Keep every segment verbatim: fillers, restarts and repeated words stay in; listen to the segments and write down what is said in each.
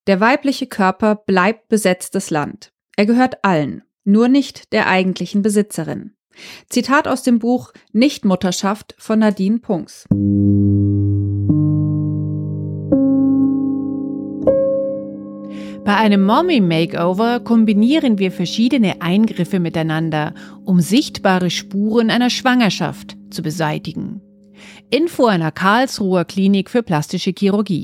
Der weibliche Körper bleibt besetztes Land. Er gehört allen, nur nicht der eigentlichen Besitzerin. Zitat aus dem Buch Nichtmutterschaft von Nadine Punks. Bei einem Mommy-Makeover kombinieren wir verschiedene Eingriffe miteinander, um sichtbare Spuren einer Schwangerschaft zu beseitigen. Info einer Karlsruher Klinik für plastische Chirurgie.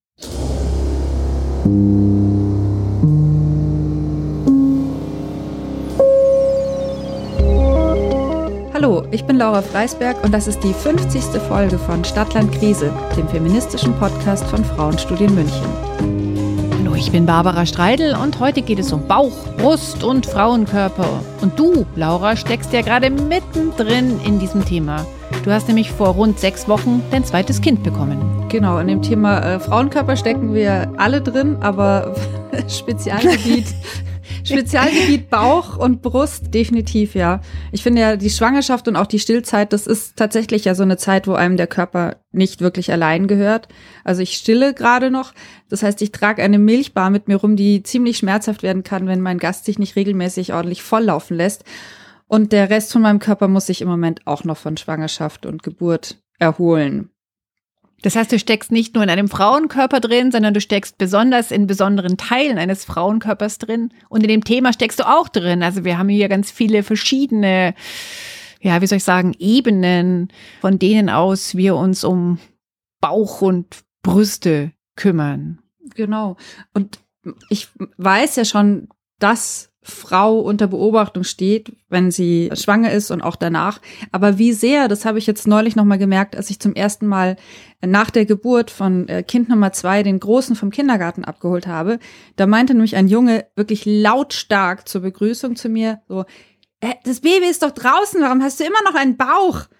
Hallo, ich bin Laura Freisberg und das ist die fünfzigste Folge von Stadtland Krise, dem feministischen Podcast von Frauenstudien München. Hallo, ich bin Barbara Streidel und heute geht es um Bauch, Brust und Frauenkörper. Und du, Laura, steckst ja gerade mittendrin in diesem Thema. Du hast nämlich vor rund sechs Wochen dein zweites Kind bekommen. Genau, in dem Thema äh, Frauenkörper stecken wir alle drin, aber Spezialgebiet, Spezialgebiet Bauch und Brust definitiv, ja. Ich finde ja, die Schwangerschaft und auch die Stillzeit, das ist tatsächlich ja so eine Zeit, wo einem der Körper nicht wirklich allein gehört. Also ich stille gerade noch, das heißt, ich trage eine Milchbar mit mir rum, die ziemlich schmerzhaft werden kann, wenn mein Gast sich nicht regelmäßig ordentlich volllaufen lässt. Und der Rest von meinem Körper muss sich im Moment auch noch von Schwangerschaft und Geburt erholen. Das heißt, du steckst nicht nur in einem Frauenkörper drin, sondern du steckst besonders in besonderen Teilen eines Frauenkörpers drin. Und in dem Thema steckst du auch drin. Also wir haben hier ganz viele verschiedene, ja, wie soll ich sagen, Ebenen, von denen aus wir uns um Bauch und Brüste kümmern. Genau. Und ich weiß ja schon, dass Frau unter Beobachtung steht, wenn sie schwanger ist und auch danach. Aber wie sehr, das habe ich jetzt neulich nochmal gemerkt, als ich zum ersten Mal nach der Geburt von Kind Nummer zwei den Großen vom Kindergarten abgeholt habe. Da meinte nämlich ein Junge wirklich lautstark zur Begrüßung zu mir so, äh, das Baby ist doch draußen, warum hast du immer noch einen Bauch?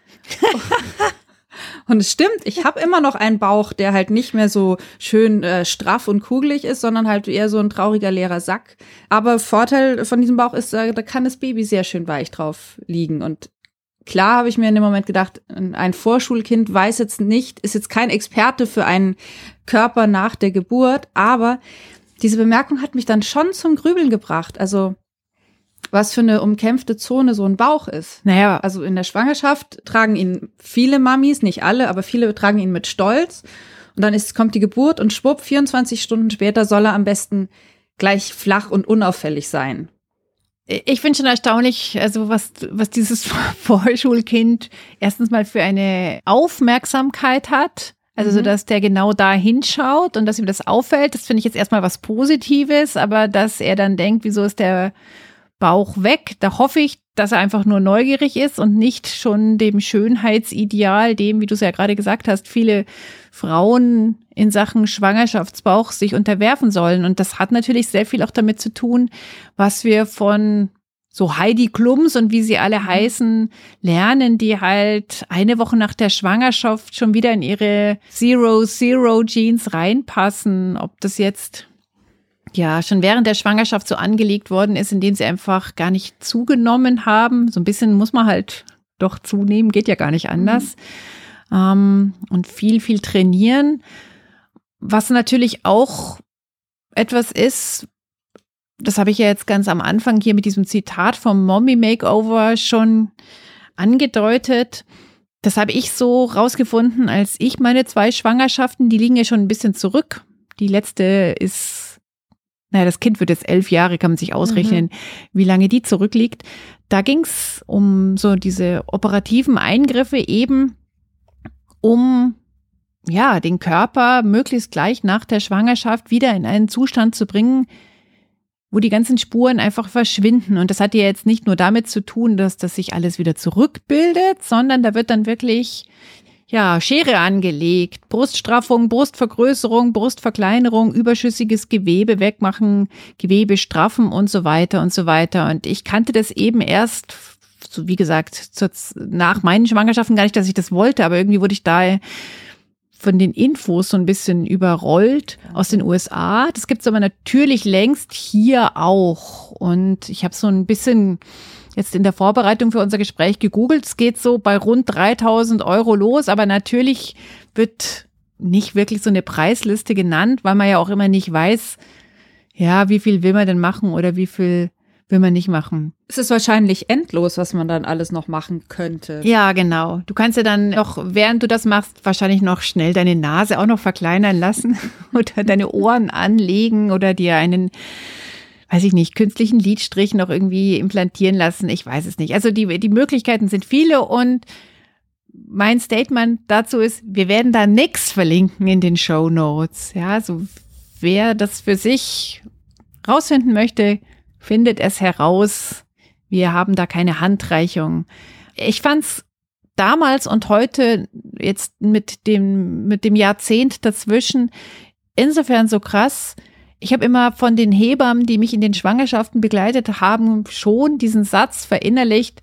Und es stimmt, ich habe immer noch einen Bauch, der halt nicht mehr so schön äh, straff und kugelig ist, sondern halt eher so ein trauriger, leerer Sack. Aber Vorteil von diesem Bauch ist, äh, da kann das Baby sehr schön weich drauf liegen. Und klar habe ich mir in dem Moment gedacht, ein Vorschulkind weiß jetzt nicht, ist jetzt kein Experte für einen Körper nach der Geburt, aber diese Bemerkung hat mich dann schon zum Grübeln gebracht. Also was für eine umkämpfte Zone so ein Bauch ist. Naja. Also in der Schwangerschaft tragen ihn viele Mamis, nicht alle, aber viele tragen ihn mit Stolz. Und dann ist, kommt die Geburt und schwupp, vierundzwanzig Stunden später soll er am besten gleich flach und unauffällig sein. Ich finde schon erstaunlich, also was, was dieses Vorschulkind erstens mal für eine Aufmerksamkeit hat. Also, mhm. so, dass der genau da hinschaut und dass ihm das auffällt. Das finde ich jetzt erstmal was Positives, aber dass er dann denkt, wieso ist der Bauch weg. Da hoffe ich, dass er einfach nur neugierig ist und nicht schon dem Schönheitsideal, dem, wie du es ja gerade gesagt hast, viele Frauen in Sachen Schwangerschaftsbauch sich unterwerfen sollen. Und das hat natürlich sehr viel auch damit zu tun, was wir von so Heidi Klums und wie sie alle heißen, lernen, die halt eine Woche nach der Schwangerschaft schon wieder in ihre Zero-Zero-Jeans reinpassen. Ob das jetzt ja schon während der Schwangerschaft so angelegt worden ist, indem sie einfach gar nicht zugenommen haben. So ein bisschen muss man halt doch zunehmen, geht ja gar nicht anders. Mhm. Ähm, und viel, viel trainieren. Was natürlich auch etwas ist, das habe ich ja jetzt ganz am Anfang hier mit diesem Zitat vom Mommy Makeover schon angedeutet. Das habe ich so rausgefunden, als ich meine zwei Schwangerschaften, die liegen ja schon ein bisschen zurück. Die letzte ist Naja, das Kind wird jetzt elf Jahre, kann man sich ausrechnen, mhm. wie lange die zurückliegt. Da ging es um so diese operativen Eingriffe eben, um ja den Körper möglichst gleich nach der Schwangerschaft wieder in einen Zustand zu bringen, wo die ganzen Spuren einfach verschwinden. Und das hat ja jetzt nicht nur damit zu tun, dass das sich alles wieder zurückbildet, sondern da wird dann wirklich ja, Schere angelegt, Bruststraffung, Brustvergrößerung, Brustverkleinerung, überschüssiges Gewebe wegmachen, Gewebe straffen und so weiter und so weiter. Und ich kannte das eben erst, so wie gesagt, zur, nach meinen Schwangerschaften gar nicht, dass ich das wollte, aber irgendwie wurde ich da von den Infos so ein bisschen überrollt aus den U S A. Das gibt's aber natürlich längst hier auch. Und ich habe so ein bisschen jetzt in der Vorbereitung für unser Gespräch gegoogelt. Es geht so bei rund dreitausend Euro los, aber natürlich wird nicht wirklich so eine Preisliste genannt, weil man ja auch immer nicht weiß, ja, wie viel will man denn machen oder wie viel will man nicht machen. Es ist wahrscheinlich endlos, was man dann alles noch machen könnte. Ja, genau. Du kannst ja dann noch, während du das machst, wahrscheinlich noch schnell deine Nase auch noch verkleinern lassen oder deine Ohren anlegen oder dir einen, weiß ich nicht, künstlichen Lidstrich noch irgendwie implantieren lassen. Ich weiß es nicht. Also die, die Möglichkeiten sind viele und mein Statement dazu ist, wir werden da nichts verlinken in den Shownotes. Ja, so wer das für sich rausfinden möchte, findet es heraus. Wir haben da keine Handreichung. Ich fand's damals und heute jetzt mit dem, mit dem Jahrzehnt dazwischen insofern so krass. Ich habe immer von den Hebammen, die mich in den Schwangerschaften begleitet haben, schon diesen Satz verinnerlicht,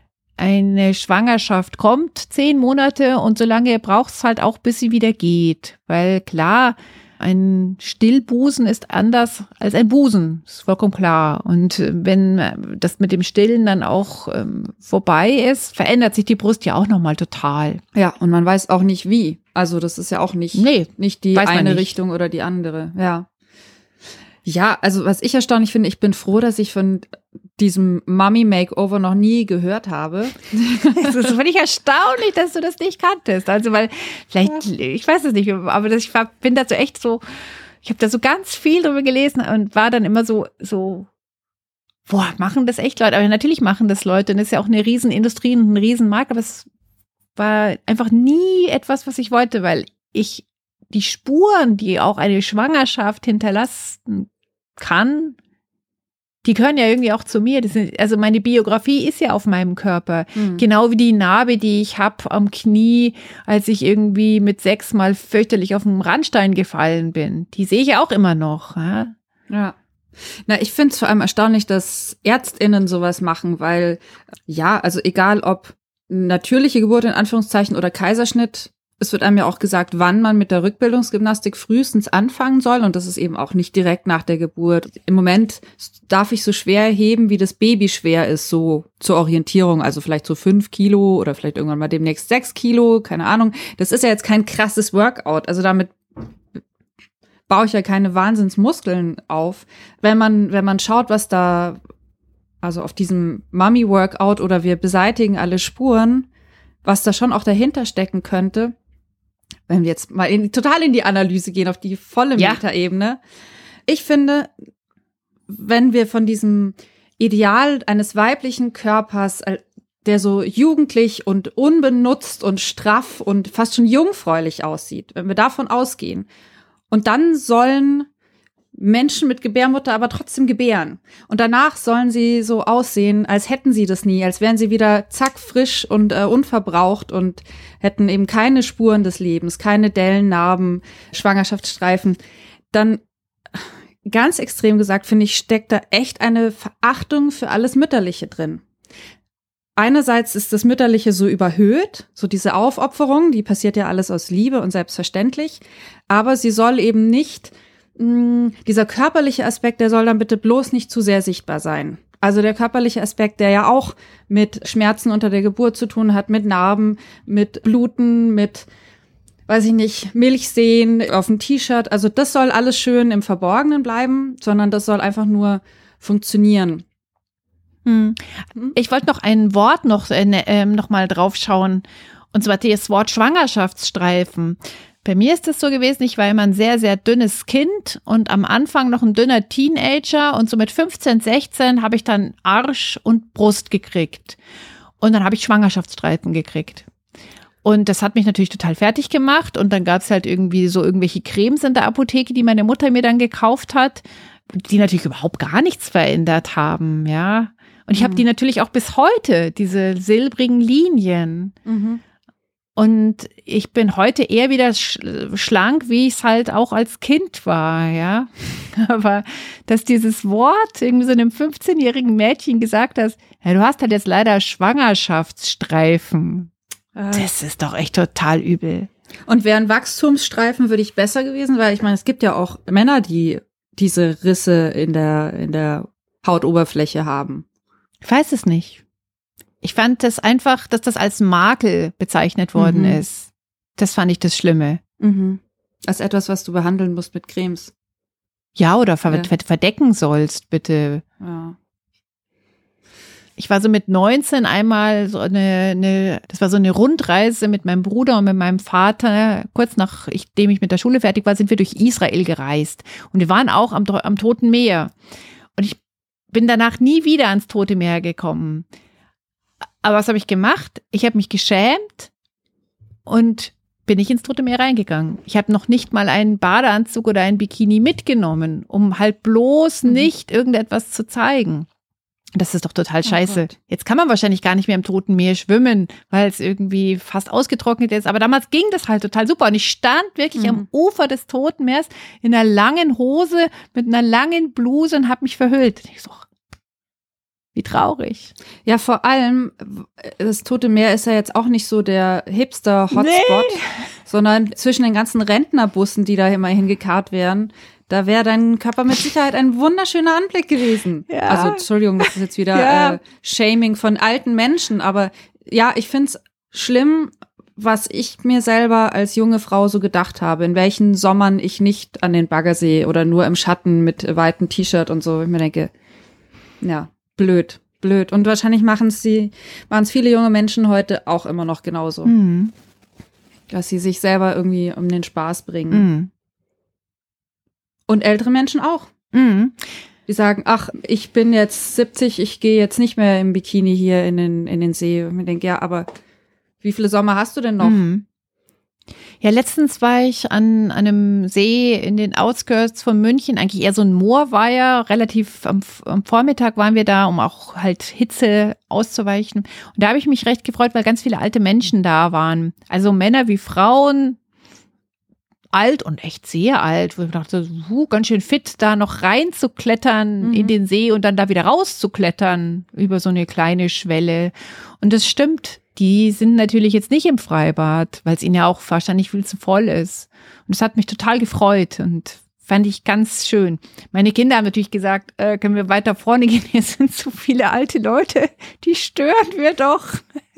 eine Schwangerschaft kommt, zehn Monate und so lange braucht es halt auch, bis sie wieder geht. Weil klar, ein Stillbusen ist anders als ein Busen, ist vollkommen klar. Und wenn das mit dem Stillen dann auch ähm, vorbei ist, verändert sich die Brust ja auch nochmal total. Ja, und man weiß auch nicht wie. Also das ist ja auch nicht, nee, nicht die eine nicht. Richtung oder die andere. Ja. Ja, also was ich erstaunlich finde, ich bin froh, dass ich von diesem Mummy-Makeover noch nie gehört habe. Das ist völlig erstaunlich, dass du das nicht kanntest. Also weil vielleicht, ja. ich weiß es nicht, aber das, ich bin da so echt so, ich habe da so ganz viel drüber gelesen und war dann immer so, so, boah, machen das echt Leute? Aber natürlich machen das Leute und das ist ja auch eine Riesenindustrie und ein Riesenmarkt, aber es war einfach nie etwas, was ich wollte, weil ich die Spuren, die auch eine Schwangerschaft hinterlassen kann, die gehören ja irgendwie auch zu mir. Das sind, also meine Biografie ist ja auf meinem Körper. Mhm. Genau wie die Narbe, die ich habe am Knie, als ich irgendwie mit sechs Mal fürchterlich auf den Randstein gefallen bin. Die sehe ich ja auch immer noch. Ja. Ja. Na, ich finde es vor allem erstaunlich, dass ÄrztInnen sowas machen, weil, ja, also egal ob natürliche Geburt in Anführungszeichen oder Kaiserschnitt, es wird einem ja auch gesagt, wann man mit der Rückbildungsgymnastik frühestens anfangen soll. Und das ist eben auch nicht direkt nach der Geburt. Im Moment darf ich so schwer heben, wie das Baby schwer ist, so zur Orientierung. Also vielleicht so fünf Kilo oder vielleicht irgendwann mal demnächst sechs Kilo, keine Ahnung. Das ist ja jetzt kein krasses Workout. Also damit baue ich ja keine Wahnsinnsmuskeln auf. Wenn man, wenn man schaut, was da, also auf diesem Mummy-Workout oder wir beseitigen alle Spuren, was da schon auch dahinter stecken könnte, wenn wir jetzt mal in, total in die Analyse gehen, auf die volle ja. Metaebene. Ich finde, wenn wir von diesem Ideal eines weiblichen Körpers, der so jugendlich und unbenutzt und straff und fast schon jungfräulich aussieht, wenn wir davon ausgehen, und dann sollen Menschen mit Gebärmutter aber trotzdem gebären. Und danach sollen sie so aussehen, als hätten sie das nie, als wären sie wieder zack, frisch und äh, unverbraucht und hätten eben keine Spuren des Lebens, keine Dellen, Narben, Schwangerschaftsstreifen. Dann, ganz extrem gesagt, finde ich, steckt da echt eine Verachtung für alles Mütterliche drin. Einerseits ist das Mütterliche so überhöht, so diese Aufopferung, die passiert ja alles aus Liebe und selbstverständlich, aber sie soll eben nicht dieser körperliche Aspekt, der soll dann bitte bloß nicht zu sehr sichtbar sein. Also der körperliche Aspekt, der ja auch mit Schmerzen unter der Geburt zu tun hat, mit Narben, mit Bluten, mit, weiß ich nicht, Milchsehen auf dem T-Shirt. Also das soll alles schön im Verborgenen bleiben, sondern das soll einfach nur funktionieren. Hm. Ich wollte noch ein Wort noch, äh, noch mal drauf schauen, und zwar das Wort Schwangerschaftsstreifen. Bei mir ist es so gewesen, ich war immer ein sehr, sehr dünnes Kind und am Anfang noch ein dünner Teenager und so mit fünfzehn, sechzehn habe ich dann Arsch und Brust gekriegt und dann habe ich Schwangerschaftsstreifen gekriegt. Und das hat mich natürlich total fertig gemacht und dann gab es halt irgendwie so irgendwelche Cremes in der Apotheke, die meine Mutter mir dann gekauft hat, die natürlich überhaupt gar nichts verändert haben, ja. Und ich habe mhm. die natürlich auch bis heute, diese silbrigen Linien. Mhm. Und ich bin heute eher wieder schlank, wie ich es halt auch als Kind war, ja. Aber dass dieses Wort irgendwie so einem fünfzehnjährigen Mädchen gesagt hast, ja, du hast halt jetzt leider Schwangerschaftsstreifen. Äh. Das ist doch echt total übel. Und wären Wachstumsstreifen würde ich besser gewesen, weil ich meine, es gibt ja auch Männer, die diese Risse in der, in der Hautoberfläche haben. Ich weiß es nicht. Ich fand das einfach, dass das als Makel bezeichnet worden mhm. ist. Das fand ich das Schlimme. Mhm. Als etwas, was du behandeln musst mit Cremes. Ja, oder ver- Ja. verdecken sollst, bitte. Ja. Ich war so mit neunzehn einmal so eine, eine, das war so eine Rundreise mit meinem Bruder und mit meinem Vater. Kurz nachdem ich mit der Schule fertig war, sind wir durch Israel gereist. Und wir waren auch am, am Toten Meer. Und ich bin danach nie wieder ans Tote Meer gekommen. Aber was habe ich gemacht? Ich habe mich geschämt und bin nicht ins Tote Meer reingegangen. Ich habe noch nicht mal einen Badeanzug oder ein Bikini mitgenommen, um halt bloß Mhm. nicht irgendetwas zu zeigen. Das ist doch total scheiße. Gott. Jetzt kann man wahrscheinlich gar nicht mehr im Toten Meer schwimmen, weil es irgendwie fast ausgetrocknet ist. Aber damals ging das halt total super. Und ich stand wirklich Mhm. am Ufer des Toten Meers in einer langen Hose mit einer langen Bluse und habe mich verhüllt. Ich so, wie traurig. Ja, vor allem, das Tote Meer ist ja jetzt auch nicht so der Hipster-Hotspot, Nee. sondern zwischen den ganzen Rentnerbussen, die da immer hingekarrt werden, da wäre dein Körper mit Sicherheit ein wunderschöner Anblick gewesen. Ja. Also, Entschuldigung, das ist jetzt wieder Ja. äh, Shaming von alten Menschen, aber ja, ich find's schlimm, was ich mir selber als junge Frau so gedacht habe, in welchen Sommern ich nicht an den Baggersee oder nur im Schatten mit weitem T-Shirt und so. Ich mir denke, ja, blöd, blöd. Und wahrscheinlich machen es die, machen es viele junge Menschen heute auch immer noch genauso, Mhm. dass sie sich selber irgendwie um den Spaß bringen. Mhm. Und ältere Menschen auch. Mhm. Die sagen, ach, ich bin jetzt siebzig, ich gehe jetzt nicht mehr im Bikini hier in den, in den See. Und ich denke, ja, aber wie viele Sommer hast du denn noch? Mhm. Ja, letztens war ich an einem See in den Outskirts von München, eigentlich eher so ein Moorweiher, relativ am, am Vormittag waren wir da, um auch halt Hitze auszuweichen. Und da habe ich mich recht gefreut, weil ganz viele alte Menschen da waren. Also Männer wie Frauen, alt und echt sehr alt, wo ich dachte, huh, ganz schön fit, da noch reinzuklettern Mhm. in den See und dann da wieder rauszuklettern über so eine kleine Schwelle. Und das stimmt. Die sind natürlich jetzt nicht im Freibad, weil es ihnen ja auch wahrscheinlich viel zu voll ist. Und das hat mich total gefreut und fand ich ganz schön. Meine Kinder haben natürlich gesagt, äh, können wir weiter vorne gehen? Hier sind zu viele alte Leute, die stören wir doch.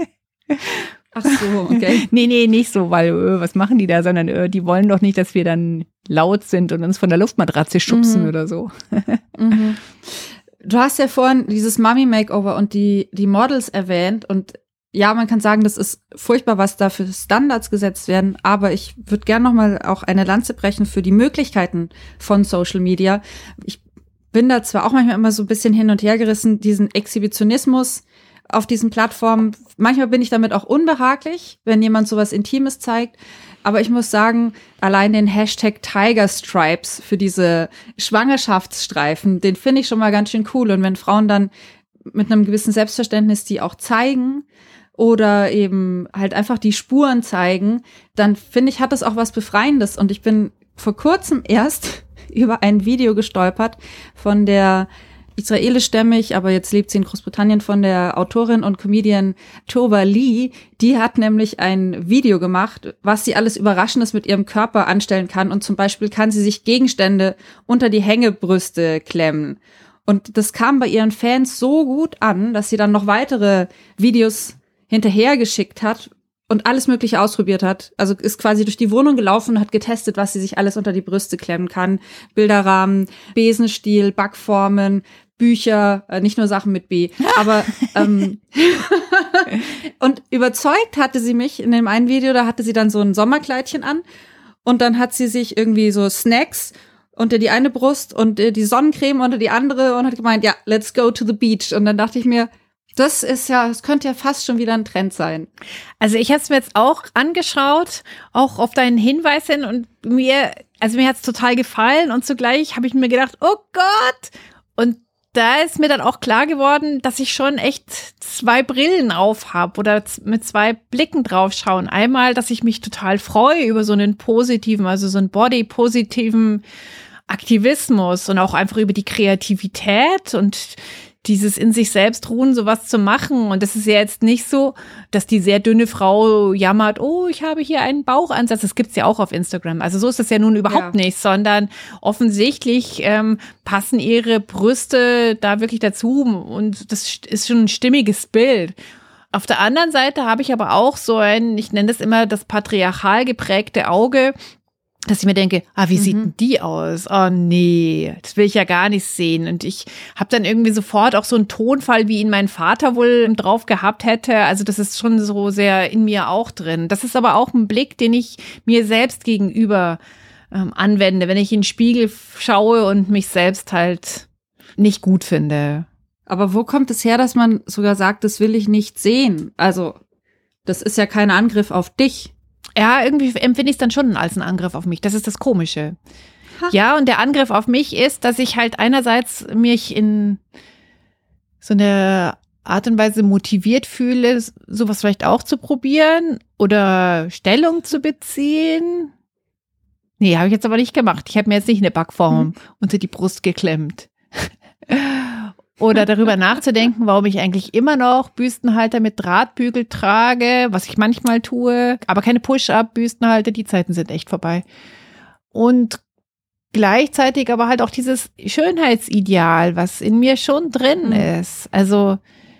Ach so, okay. Nee, nee, nicht so, weil äh, was machen die da, sondern äh, die wollen doch nicht, dass wir dann laut sind und uns von der Luftmatratze schubsen Mhm. oder so. Mhm. Du hast ja vorhin dieses Mummy-Makeover und die, die Models erwähnt und ja, man kann sagen, das ist furchtbar, was da für Standards gesetzt werden, aber ich würde gerne noch mal auch eine Lanze brechen für die Möglichkeiten von Social Media. Ich bin da zwar auch manchmal immer so ein bisschen hin und her gerissen, diesen Exhibitionismus auf diesen Plattformen. Manchmal bin ich damit auch unbehaglich, wenn jemand sowas Intimes zeigt. Aber ich muss sagen, allein den Hashtag Tiger Stripes für diese Schwangerschaftsstreifen, den finde ich schon mal ganz schön cool. Und wenn Frauen dann mit einem gewissen Selbstverständnis die auch zeigen oder eben halt einfach die Spuren zeigen, dann finde ich, hat das auch was Befreiendes. Und ich bin vor kurzem erst über ein Video gestolpert von der israelischstämmig, aber jetzt lebt sie in Großbritannien, von der Autorin und Comedian Tova Lee. Die hat nämlich ein Video gemacht, was sie alles Überraschendes mit ihrem Körper anstellen kann. Und zum Beispiel kann sie sich Gegenstände unter die Hängebrüste klemmen. Und das kam bei ihren Fans so gut an, dass sie dann noch weitere Videos hinterhergeschickt hat und alles Mögliche ausprobiert hat. Also ist quasi durch die Wohnung gelaufen und hat getestet, was sie sich alles unter die Brüste klemmen kann. Bilderrahmen, Besenstiel, Backformen, Bücher, äh, nicht nur Sachen mit B. Aber ähm, und überzeugt hatte sie mich in dem einen Video, da hatte sie dann so ein Sommerkleidchen an und dann hat sie sich irgendwie so Snacks unter die eine Brust und äh, die Sonnencreme unter die andere und hat gemeint, ja, let's go to the beach. Und dann dachte ich mir, das ist ja, das könnte ja fast schon wieder ein Trend sein. Also ich habe es mir jetzt auch angeschaut, auch auf deinen Hinweis hin und mir, also mir hat es total gefallen und zugleich habe ich mir gedacht, oh Gott! Und da ist mir dann auch klar geworden, dass ich schon echt zwei Brillen auf habe oder z- mit zwei Blicken drauf schauen. Einmal, dass ich mich total freue über so einen positiven, also so einen body-positiven Aktivismus und auch einfach über die Kreativität und dieses in sich selbst ruhen, sowas zu machen. Und das ist ja jetzt nicht so, dass die sehr dünne Frau jammert, oh, ich habe hier einen Bauchansatz. Das gibt's ja auch auf Instagram. Also so ist das ja nun überhaupt Ja. nicht, sondern offensichtlich ähm, passen ihre Brüste da wirklich dazu. Und das ist schon ein stimmiges Bild. Auf der anderen Seite habe ich aber auch so ein, ich nenne das immer das patriarchal geprägte Auge, dass ich mir denke, ah, wie mhm. sieht denn die aus? Oh nee, das will ich ja gar nicht sehen. Und ich habe dann irgendwie sofort auch so einen Tonfall, wie ihn mein Vater wohl drauf gehabt hätte. Also das ist schon so sehr in mir auch drin. Das ist aber auch ein Blick, den ich mir selbst gegenüber ähm, anwende, wenn ich in den Spiegel schaue und mich selbst halt nicht gut finde. Aber wo kommt es her, dass man sogar sagt, das will ich nicht sehen? Also das ist ja kein Angriff auf dich. Ja, irgendwie empfinde ich es dann schon als einen Angriff auf mich. Das ist das Komische. Ha. Ja, und der Angriff auf mich ist, dass ich halt einerseits mich in so eine Art und Weise motiviert fühle, sowas vielleicht auch zu probieren oder Stellung zu beziehen. Nee, habe ich jetzt aber nicht gemacht. Ich habe mir jetzt nicht eine Backform hm. unter die Brust geklemmt. Oder darüber nachzudenken, warum ich eigentlich immer noch Büstenhalter mit Drahtbügel trage, was ich manchmal tue, aber keine Push-Up-Büstenhalter, die Zeiten sind echt vorbei. Und gleichzeitig aber halt auch dieses Schönheitsideal, was in mir schon drin mhm. ist. Also,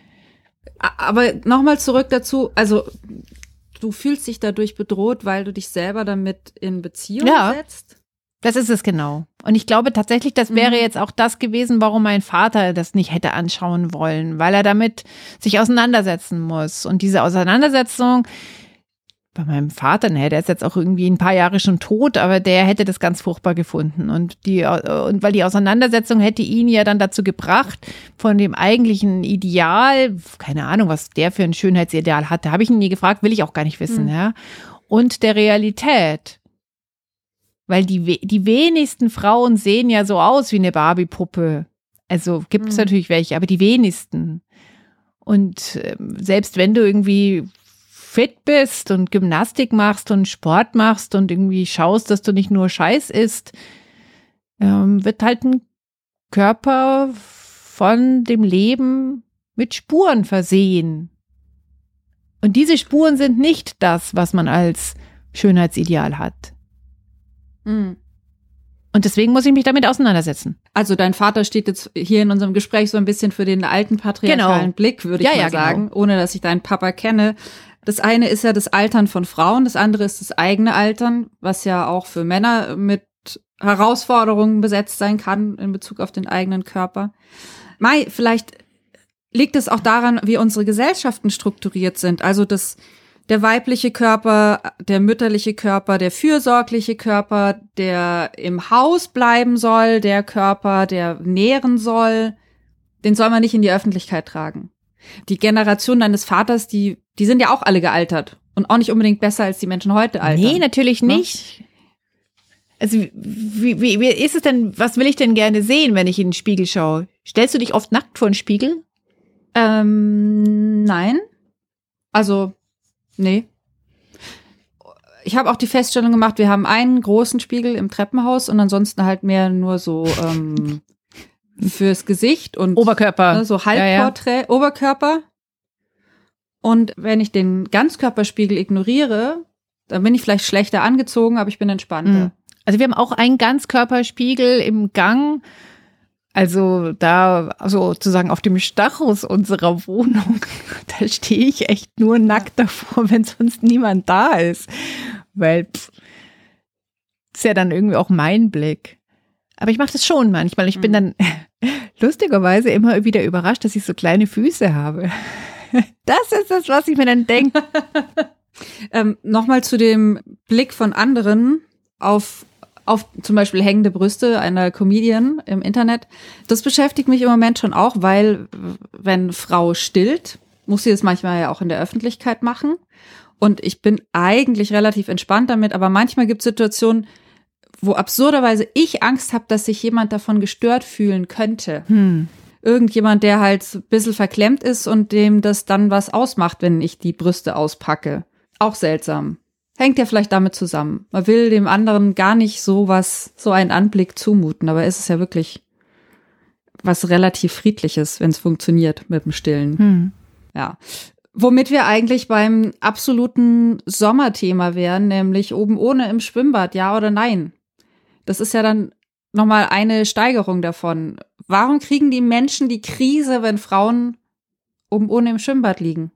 aber nochmal zurück dazu, also du fühlst dich dadurch bedroht, weil du dich selber damit in Beziehung ja. setzt? Das ist es genau. Und ich glaube tatsächlich, das wäre jetzt auch das gewesen, warum mein Vater das nicht hätte anschauen wollen, weil er damit sich auseinandersetzen muss. Und diese Auseinandersetzung bei meinem Vater, ne, der ist jetzt auch irgendwie ein paar Jahre schon tot, aber der hätte das ganz furchtbar gefunden. Und die, und weil die Auseinandersetzung hätte ihn ja dann dazu gebracht, von dem eigentlichen Ideal, keine Ahnung, was der für ein Schönheitsideal hatte, habe ich ihn nie gefragt, will ich auch gar nicht wissen, mhm. ja. Und der Realität. Weil die, die wenigsten Frauen sehen ja so aus wie eine Barbie-Puppe. Also gibt es mhm. natürlich welche, aber die wenigsten. Und äh, selbst wenn du irgendwie fit bist und Gymnastik machst und Sport machst und irgendwie schaust, dass du nicht nur Scheiß isst, ähm, wird halt ein Körper von dem Leben mit Spuren versehen. Und diese Spuren sind nicht das, was man als Schönheitsideal hat. Mhm. Und deswegen muss ich mich damit auseinandersetzen. Also dein Vater steht jetzt hier in unserem Gespräch so ein bisschen für den alten patriarchalen genau. Blick, würde ich ja, mal ja, sagen, genau. ohne dass ich deinen Papa kenne. Das eine ist ja das Altern von Frauen, das andere ist das eigene Altern, was ja auch für Männer mit Herausforderungen besetzt sein kann in Bezug auf den eigenen Körper. Mai, vielleicht liegt es auch daran, wie unsere Gesellschaften strukturiert sind. Also das Der weibliche Körper, der mütterliche Körper, der fürsorgliche Körper, der im Haus bleiben soll, der Körper, der nähren soll, den soll man nicht in die Öffentlichkeit tragen. Die Generation deines Vaters, die, die sind ja auch alle gealtert und auch nicht unbedingt besser als die Menschen heute altern. Nee, natürlich nicht. Ja? Also wie, wie, wie ist es denn, was will ich denn gerne sehen, wenn ich in den Spiegel schaue? Stellst du dich oft nackt vor den Spiegel? Ähm, nein. Also Nee. Ich habe auch die Feststellung gemacht, wir haben einen großen Spiegel im Treppenhaus und ansonsten halt mehr nur so ähm, fürs Gesicht und Oberkörper. Ne, so Halbporträt, ja, ja. Oberkörper. Und wenn ich den Ganzkörperspiegel ignoriere, dann bin ich vielleicht schlechter angezogen, aber ich bin entspannter. Also wir haben auch einen Ganzkörperspiegel im Gang. Also da sozusagen auf dem Stachus unserer Wohnung, da stehe ich echt nur nackt davor, wenn sonst niemand da ist. Weil pff, das ist ja dann irgendwie auch mein Blick. Aber ich mache das schon manchmal. Ich bin dann lustigerweise immer wieder überrascht, dass ich so kleine Füße habe. Das ist das, was ich mir dann denke. ähm, Nochmal zu dem Blick von anderen auf auf zum Beispiel hängende Brüste einer Comedian im Internet. Das beschäftigt mich im Moment schon auch, weil wenn Frau stillt, muss sie das manchmal ja auch in der Öffentlichkeit machen. Und ich bin eigentlich relativ entspannt damit, aber manchmal gibt es Situationen, wo absurderweise ich Angst habe, dass sich jemand davon gestört fühlen könnte. Hm. Irgendjemand, der halt ein bisschen verklemmt ist und dem das dann was ausmacht, wenn ich die Brüste auspacke. Auch seltsam. Hängt ja vielleicht damit zusammen. Man will dem anderen gar nicht so was, so einen Anblick zumuten, aber es ist ja wirklich was relativ Friedliches, wenn es funktioniert mit dem Stillen. Hm. Ja. Womit wir eigentlich beim absoluten Sommerthema wären, nämlich oben ohne im Schwimmbad, ja oder nein? Das ist ja dann nochmal eine Steigerung davon. Warum kriegen die Menschen die Krise, wenn Frauen oben ohne im Schwimmbad liegen?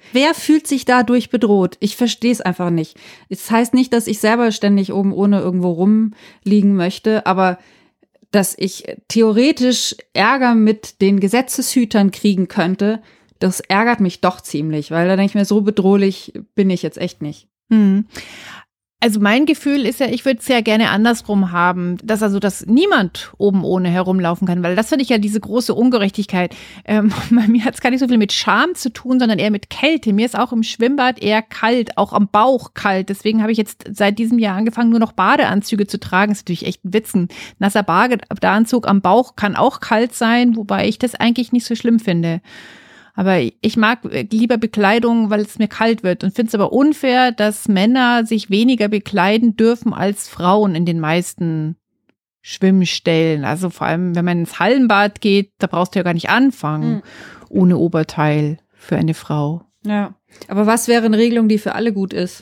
Wer fühlt sich dadurch bedroht? Ich verstehe es einfach nicht. Es heißt nicht, dass ich selber ständig oben ohne irgendwo rumliegen möchte, aber dass ich theoretisch Ärger mit den Gesetzeshütern kriegen könnte, das ärgert mich doch ziemlich, weil da denke ich mir, so bedrohlich bin ich jetzt echt nicht. Hm. Also mein Gefühl ist ja, ich würde es ja gerne andersrum haben, dass also, dass niemand oben ohne herumlaufen kann, weil das finde ich ja diese große Ungerechtigkeit. Ähm, bei mir hat es gar nicht so viel mit Scham zu tun, sondern eher mit Kälte. Mir ist auch im Schwimmbad eher kalt, auch am Bauch kalt. Deswegen habe ich jetzt seit diesem Jahr angefangen, nur noch Badeanzüge zu tragen. Das ist natürlich echt ein Witz. Ein nasser Badeanzug am Bauch kann auch kalt sein, wobei ich das eigentlich nicht so schlimm finde. Aber ich mag lieber Bekleidung, weil es mir kalt wird und finde es aber unfair, dass Männer sich weniger bekleiden dürfen als Frauen in den meisten Schwimmstellen. Also vor allem, wenn man ins Hallenbad geht, da brauchst du ja gar nicht anfangen, mhm. ohne Oberteil für eine Frau. Ja, aber was wäre eine Regelung, die für alle gut ist?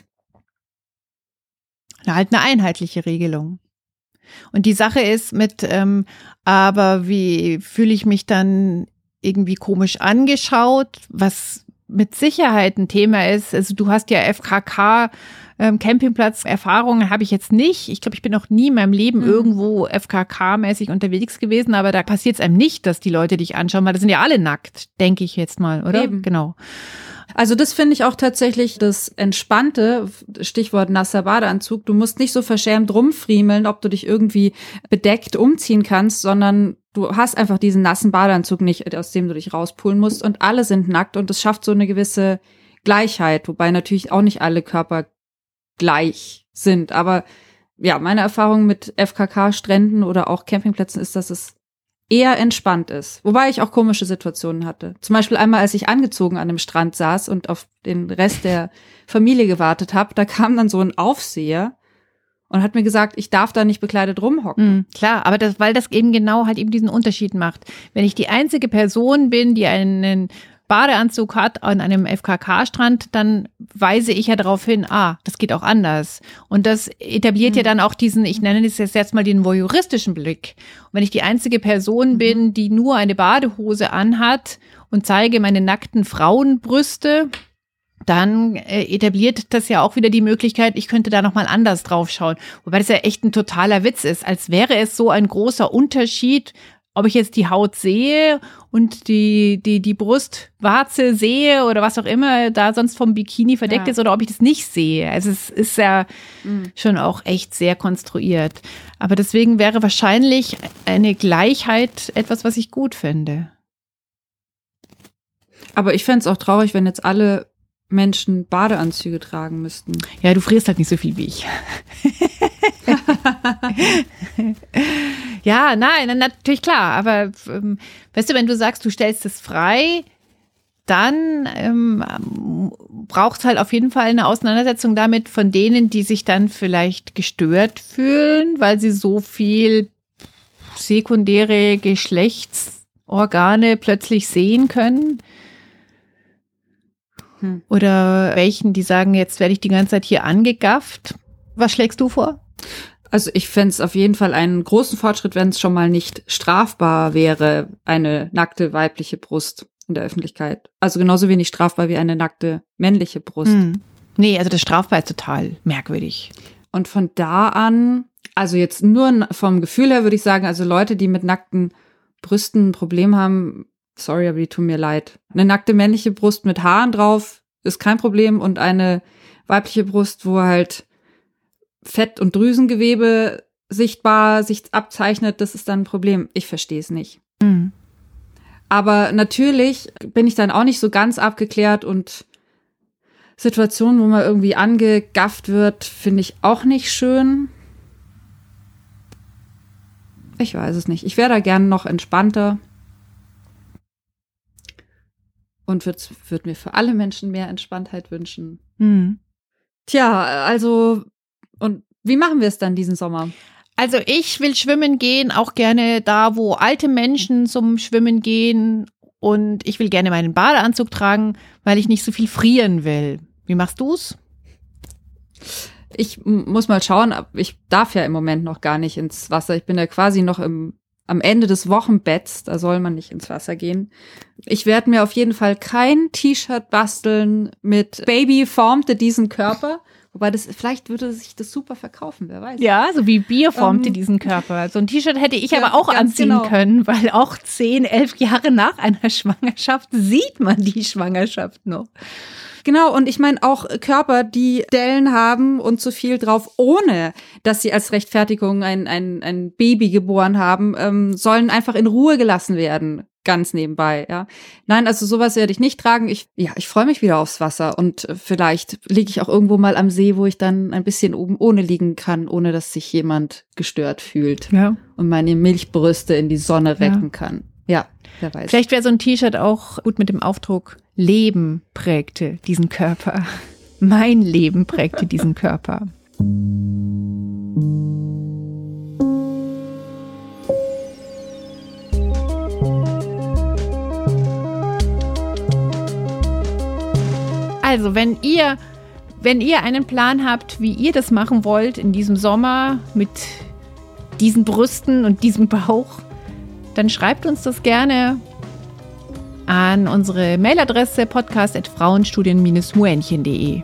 Na, halt eine einheitliche Regelung. Und die Sache ist mit, ähm, aber wie fühle ich mich dann irgendwie komisch angeschaut, was mit Sicherheit ein Thema ist. Also du hast ja F K K, ähm, Campingplatz-Erfahrungen habe ich jetzt nicht. Ich glaube, ich bin noch nie in meinem Leben mhm. irgendwo F K K-mäßig unterwegs gewesen, aber da passiert es einem nicht, dass die Leute dich anschauen, weil das sind ja alle nackt, denke ich jetzt mal, oder? Eben. Genau. Also das finde ich auch tatsächlich das Entspannte, Stichwort nasser Badeanzug. Du musst nicht so verschämt rumfriemeln, ob du dich irgendwie bedeckt umziehen kannst, sondern du hast einfach diesen nassen Badeanzug nicht, aus dem du dich rauspulen musst und alle sind nackt und es schafft so eine gewisse Gleichheit, wobei natürlich auch nicht alle Körper gleich sind. Aber ja, meine Erfahrung mit F K K-Stränden oder auch Campingplätzen ist, dass es eher entspannt ist. Wobei ich auch komische Situationen hatte. Zum Beispiel einmal, als ich angezogen an dem Strand saß und auf den Rest der Familie gewartet habe, da kam dann so ein Aufseher und hat mir gesagt, ich darf da nicht bekleidet rumhocken. Mhm, klar, aber das, weil das eben genau halt eben diesen Unterschied macht. Wenn ich die einzige Person bin, die einen Badeanzug hat an einem F K K-Strand, dann weise ich ja darauf hin, ah, das geht auch anders. Und das etabliert mhm. ja dann auch diesen, ich nenne es jetzt mal den voyeuristischen Blick. Und wenn ich die einzige Person mhm. bin, die nur eine Badehose anhat und zeige meine nackten Frauenbrüste, dann äh, etabliert das ja auch wieder die Möglichkeit, ich könnte da nochmal anders drauf schauen. Wobei das ja echt ein totaler Witz ist, als wäre es so ein großer Unterschied, ob ich jetzt die Haut sehe und die, die, die Brustwarze sehe oder was auch immer da sonst vom Bikini verdeckt ja. ist oder ob ich das nicht sehe. Also es ist ja mhm. schon auch echt sehr konstruiert. Aber deswegen wäre wahrscheinlich eine Gleichheit etwas, was ich gut finde. Aber ich fände es auch traurig, wenn jetzt alle Menschen Badeanzüge tragen müssten. Ja, du frierst halt nicht so viel wie ich. Ja, nein, natürlich klar, aber ähm, weißt du, wenn du sagst, du stellst es frei, dann ähm, braucht es halt auf jeden Fall eine Auseinandersetzung damit von denen, die sich dann vielleicht gestört fühlen, weil sie so viel sekundäre Geschlechtsorgane plötzlich sehen können. Hm. Oder welchen, die sagen, jetzt werde ich die ganze Zeit hier angegafft. Was schlägst du vor? Also ich fände es auf jeden Fall einen großen Fortschritt, wenn es schon mal nicht strafbar wäre, eine nackte weibliche Brust in der Öffentlichkeit. Also genauso wenig strafbar wie eine nackte männliche Brust. Hm. Nee, also das strafbar ist total merkwürdig. Und von da an, also jetzt nur vom Gefühl her würde ich sagen, also Leute, die mit nackten Brüsten ein Problem haben, sorry, aber die tun mir leid. Eine nackte männliche Brust mit Haaren drauf ist kein Problem und eine weibliche Brust, wo halt Fett- und Drüsengewebe sichtbar sich abzeichnet, das ist dann ein Problem. Ich verstehe es nicht. Mhm. Aber natürlich bin ich dann auch nicht so ganz abgeklärt und Situationen, wo man irgendwie angegafft wird, finde ich auch nicht schön. Ich weiß es nicht. Ich wäre da gerne noch entspannter und würde würd mir für alle Menschen mehr Entspanntheit wünschen. Mhm. Tja, also und wie machen wir es dann diesen Sommer? Also ich will schwimmen gehen, auch gerne da, wo alte Menschen zum Schwimmen gehen. Und ich will gerne meinen Badeanzug tragen, weil ich nicht so viel frieren will. Wie machst du's? Ich m- muss mal schauen, ich darf ja im Moment noch gar nicht ins Wasser. Ich bin ja quasi noch im am Ende des Wochenbetts, da soll man nicht ins Wasser gehen. Ich werde mir auf jeden Fall kein T-Shirt basteln mit Baby formte diesen Körper. Wobei das, vielleicht würde sich das super verkaufen, wer weiß. Ja, so wie Bier formte ähm, diesen Körper. So ein T-Shirt hätte ich ja, aber auch anziehen genau. können, weil auch zehn, elf Jahre nach einer Schwangerschaft sieht man die Schwangerschaft noch. Genau, und ich meine auch Körper, die Dellen haben und zu viel drauf, ohne dass sie als Rechtfertigung ein, ein, ein Baby geboren haben, ähm, sollen einfach in Ruhe gelassen werden. Ganz nebenbei, ja. Nein, also sowas werde ich nicht tragen. Ich, ja, ich freue mich wieder aufs Wasser und vielleicht liege ich auch irgendwo mal am See, wo ich dann ein bisschen oben ohne liegen kann, ohne dass sich jemand gestört fühlt. Ja. Und meine Milchbrüste in die Sonne recken ja. kann. Ja, wer weiß. Vielleicht wäre so ein T-Shirt auch gut mit dem Aufdruck Leben prägte diesen Körper. Mein Leben prägte diesen Körper. Also, wenn ihr, wenn ihr einen Plan habt, wie ihr das machen wollt in diesem Sommer mit diesen Brüsten und diesem Bauch, dann schreibt uns das gerne an unsere Mailadresse podcast at frauenstudien Bindestrich muenchen punkt de.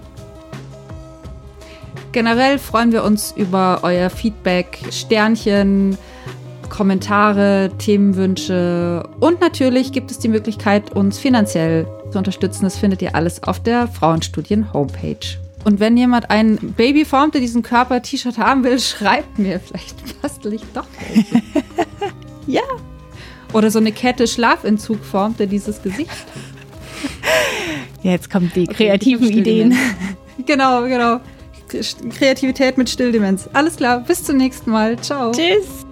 Generell freuen wir uns über euer Feedback, Sternchen, Kommentare, Themenwünsche und natürlich gibt es die Möglichkeit, uns finanziell zu unterstützen. Das findet ihr alles auf der Frauenstudien-Homepage. Und wenn jemand ein Baby formte diesen Körper-T-Shirt haben will, schreibt mir. Vielleicht bastel ich doch welche. Ja. Oder so eine Kette Schlafentzug formte dieses Gesicht. Ja, jetzt kommen die kreativen okay, Ideen. Genau, genau. Kreativität mit Stilldemenz. Alles klar, bis zum nächsten Mal. Ciao. Tschüss.